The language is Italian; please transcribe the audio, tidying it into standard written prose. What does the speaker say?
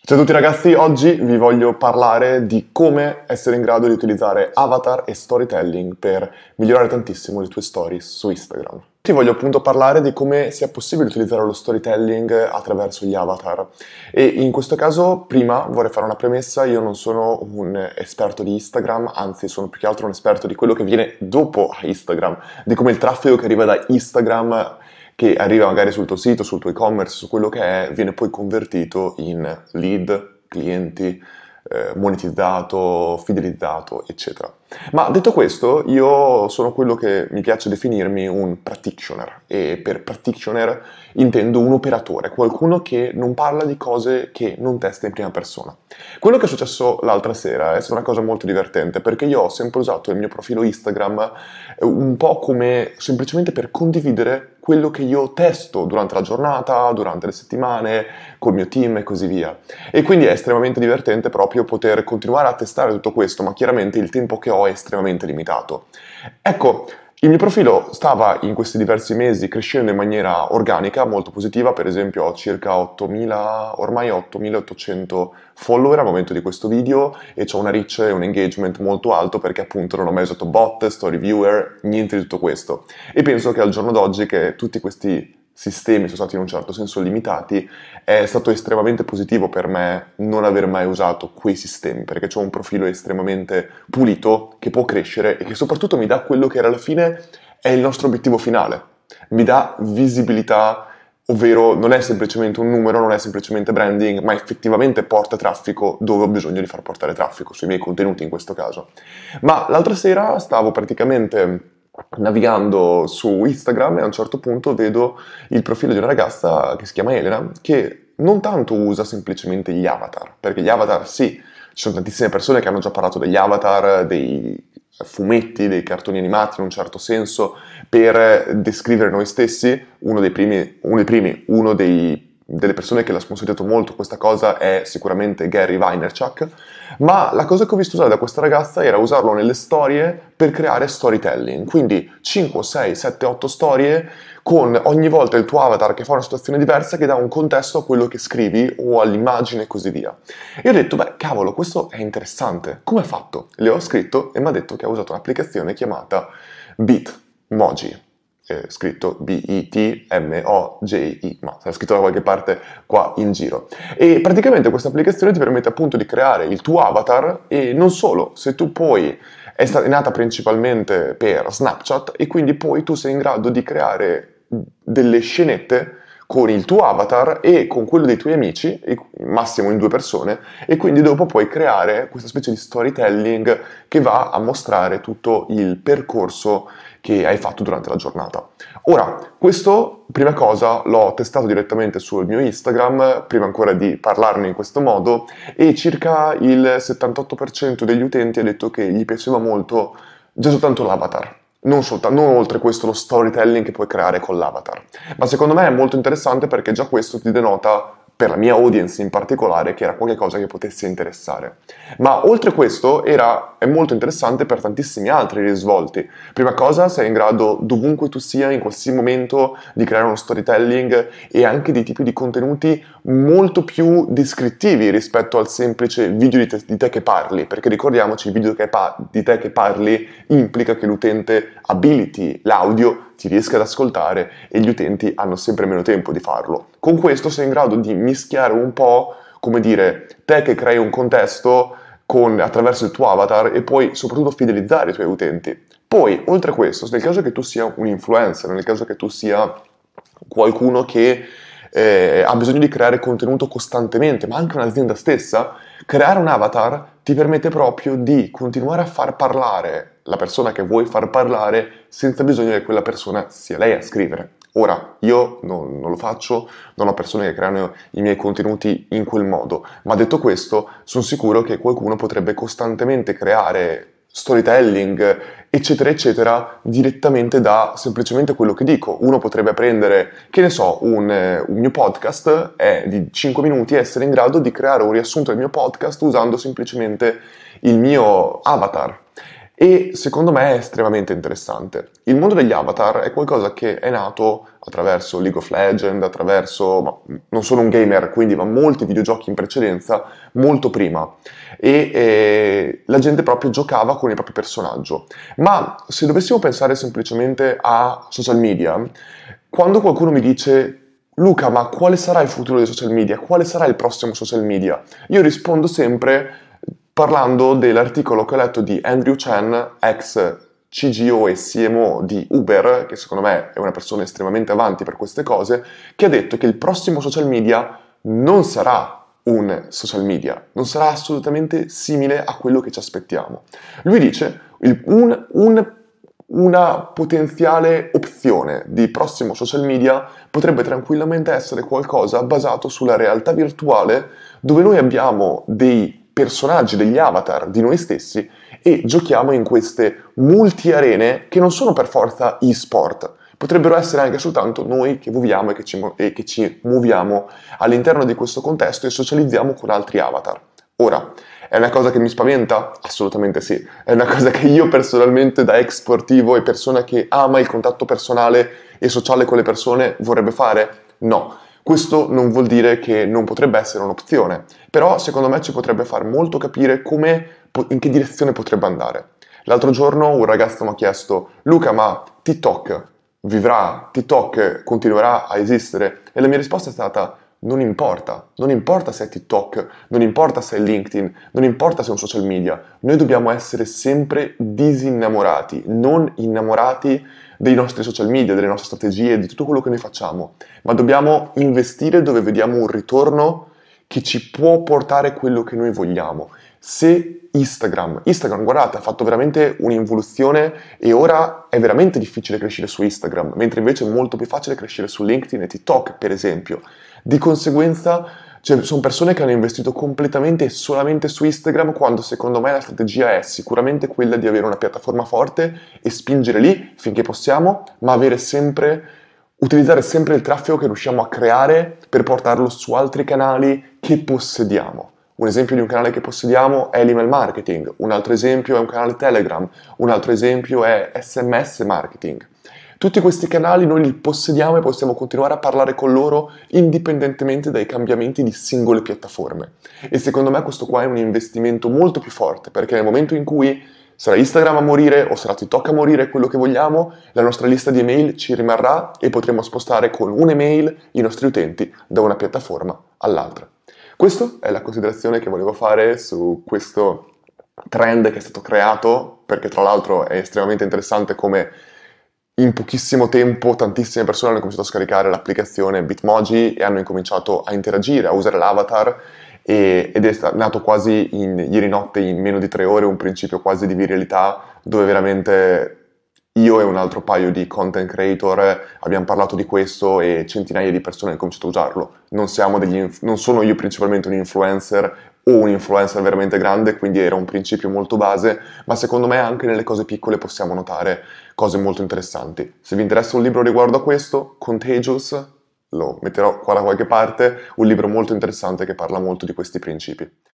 Ciao a tutti ragazzi, oggi vi voglio parlare di come essere in grado di utilizzare avatar e storytelling per migliorare tantissimo le tue stories su Instagram. Ti voglio appunto parlare di come sia possibile utilizzare lo storytelling attraverso gli avatar e in questo caso prima vorrei fare una premessa: io non sono un esperto di Instagram, anzi sono più che altro un esperto di quello che viene dopo Instagram, di come il traffico che arriva da Instagram, che arriva magari sul tuo sito, sul tuo e-commerce, su quello che è, viene poi convertito in lead, clienti, monetizzato, fidelizzato, eccetera. Ma detto questo, io sono quello che mi piace definirmi un practitioner, e per practitioner intendo un operatore, qualcuno che non parla di cose che non testa in prima persona. Quello che è successo l'altra sera è stata una cosa molto divertente, perché io ho sempre usato il mio profilo Instagram un po' come semplicemente per condividere quello che io testo durante la giornata, durante le settimane, col mio team e così via. E quindi è estremamente divertente proprio poter continuare a testare tutto questo, ma chiaramente il tempo che ho è estremamente limitato. Ecco, il mio profilo stava in questi diversi mesi crescendo in maniera organica, molto positiva. Per esempio ho circa 8.000, ormai 8.800 follower al momento di questo video e ho una reach e un engagement molto alto, perché appunto non ho mai usato bot, story viewer, niente di tutto questo. E penso che al giorno d'oggi, che tutti questi sistemi sono stati in un certo senso limitati, è stato estremamente positivo per me non aver mai usato quei sistemi, perché ho un profilo estremamente pulito che può crescere e che soprattutto mi dà quello che alla fine è il nostro obiettivo finale. Mi dà visibilità, ovvero non è semplicemente un numero, non è semplicemente branding, ma effettivamente porta traffico dove ho bisogno di far portare traffico, sui miei contenuti in questo caso. Ma l'altra sera stavo praticamente navigando su Instagram e a un certo punto vedo il profilo di una ragazza che si chiama Elena, che non tanto usa semplicemente gli avatar, perché gli avatar sì, ci sono tantissime persone che hanno già parlato degli avatar, dei fumetti, dei cartoni animati in un certo senso, per descrivere noi stessi. Delle persone che l'ha sponsorizzato molto questa cosa è sicuramente Gary Vaynerchuk, ma la cosa che ho visto usare da questa ragazza era usarlo nelle storie per creare storytelling, quindi 5, 6, 7, 8 storie con ogni volta il tuo avatar che fa una situazione diversa, che dà un contesto a quello che scrivi o all'immagine e così via. E ho detto, beh, cavolo, questo è interessante. Come ha fatto? Le ho scritto e mi ha detto che ha usato un'applicazione chiamata Bitmoji. Scritto Bitmoji, ma sarà scritto da qualche parte qua in giro. E praticamente questa applicazione ti permette appunto di creare il tuo avatar, e non solo, se tu poi è nata principalmente per Snapchat, e quindi poi tu sei in grado di creare delle scenette con il tuo avatar e con quello dei tuoi amici, massimo in 2 persone, e quindi dopo puoi creare questa specie di storytelling che va a mostrare tutto il percorso che hai fatto durante la giornata. Ora, questo, prima cosa, l'ho testato direttamente sul mio Instagram, prima ancora di parlarne in questo modo, e circa il 78% degli utenti ha detto che gli piaceva molto già soltanto l'avatar. Non oltre questo lo storytelling che puoi creare con l'avatar. Ma secondo me è molto interessante, perché già questo ti denota, per la mia audience in particolare, che era qualcosa che potesse interessare. Ma oltre questo è molto interessante per tantissimi altri risvolti. Prima cosa, sei in grado, dovunque tu sia, in qualsiasi momento, di creare uno storytelling e anche di tipi di contenuti molto più descrittivi rispetto al semplice video di te che parli, perché ricordiamoci, il video di te che parli implica che l'utente abiliti l'audio, ti riesca ad ascoltare, e gli utenti hanno sempre meno tempo di farlo. Con questo sei in grado di mischiare un po', come dire, te che crei un contesto attraverso il tuo avatar, e poi soprattutto fidelizzare i tuoi utenti. Poi, oltre a questo, nel caso che tu sia un influencer, nel caso che tu sia qualcuno che ha bisogno di creare contenuto costantemente, ma anche un'azienda stessa, creare un avatar ti permette proprio di continuare a far parlare la persona che vuoi far parlare senza bisogno che quella persona sia lei a scrivere. Ora, io non lo faccio, non ho persone che creano i miei contenuti in quel modo, ma detto questo, sono sicuro che qualcuno potrebbe costantemente creare storytelling, eccetera, eccetera, direttamente da semplicemente quello che dico. Uno potrebbe prendere, che ne so, un mio podcast di 5 minuti e essere in grado di creare un riassunto del mio podcast usando semplicemente il mio avatar. E secondo me è estremamente interessante. Il mondo degli avatar è qualcosa che è nato attraverso League of Legends, non sono un gamer, quindi ma molti videogiochi in precedenza, molto prima. E la gente proprio giocava con il proprio personaggio. Ma se dovessimo pensare semplicemente a social media, quando qualcuno mi dice Luca, ma quale sarà il futuro dei social media? Quale sarà il prossimo social media? Io rispondo sempre parlando dell'articolo che ho letto di Andrew Chen, ex CGO e CMO di Uber, che secondo me è una persona estremamente avanti per queste cose, che ha detto che il prossimo social media non sarà un social media, non sarà assolutamente simile a quello che ci aspettiamo. Lui dice una potenziale opzione di prossimo social media potrebbe tranquillamente essere qualcosa basato sulla realtà virtuale dove noi abbiamo dei personaggi, degli avatar di noi stessi e giochiamo in queste multi-arene che non sono per forza e-sport, potrebbero essere anche soltanto noi che viviamo e che ci muoviamo all'interno di questo contesto e socializziamo con altri avatar. Ora, è una cosa che mi spaventa? Assolutamente sì. È una cosa che io personalmente, da ex sportivo e persona che ama il contatto personale e sociale con le persone, vorrebbe fare? No. Questo non vuol dire che non potrebbe essere un'opzione, però secondo me ci potrebbe far molto capire in che direzione potrebbe andare. L'altro giorno un ragazzo mi ha chiesto: Luca, ma TikTok vivrà? TikTok continuerà a esistere? E la mia risposta è stata: non importa se è TikTok, non importa se è LinkedIn, non importa se è un social media, noi dobbiamo essere sempre disinnamorati, non innamorati dei nostri social media, delle nostre strategie, di tutto quello che noi facciamo, ma dobbiamo investire dove vediamo un ritorno che ci può portare quello che noi vogliamo. Se Instagram, guardate, ha fatto veramente un'involuzione e ora è veramente difficile crescere su Instagram, mentre invece è molto più facile crescere su LinkedIn e TikTok, per esempio. Di conseguenza, sono persone che hanno investito completamente e solamente su Instagram, quando secondo me la strategia è sicuramente quella di avere una piattaforma forte e spingere lì finché possiamo, ma utilizzare sempre il traffico che riusciamo a creare per portarlo su altri canali che possediamo. Un esempio di un canale che possediamo è l'email marketing, un altro esempio è un canale Telegram, un altro esempio è SMS marketing. Tutti questi canali noi li possediamo e possiamo continuare a parlare con loro indipendentemente dai cambiamenti di singole piattaforme. E secondo me questo qua è un investimento molto più forte, perché nel momento in cui sarà Instagram a morire o sarà TikTok a morire, quello che vogliamo, la nostra lista di email ci rimarrà e potremo spostare con un'email i nostri utenti da una piattaforma all'altra. Questa è la considerazione che volevo fare su questo trend che è stato creato, perché tra l'altro è estremamente interessante come in pochissimo tempo tantissime persone hanno cominciato a scaricare l'applicazione Bitmoji e hanno incominciato a interagire, a usare l'avatar ed è nato quasi ieri notte, in meno di 3 ore, un principio quasi di viralità dove veramente io e un altro paio di content creator abbiamo parlato di questo e centinaia di persone hanno cominciato a usarlo. Non sono io principalmente un influencer o un influencer veramente grande, quindi era un principio molto base, ma secondo me anche nelle cose piccole possiamo notare cose molto interessanti. Se vi interessa un libro riguardo a questo, Contagious, lo metterò qua da qualche parte, un libro molto interessante che parla molto di questi principi.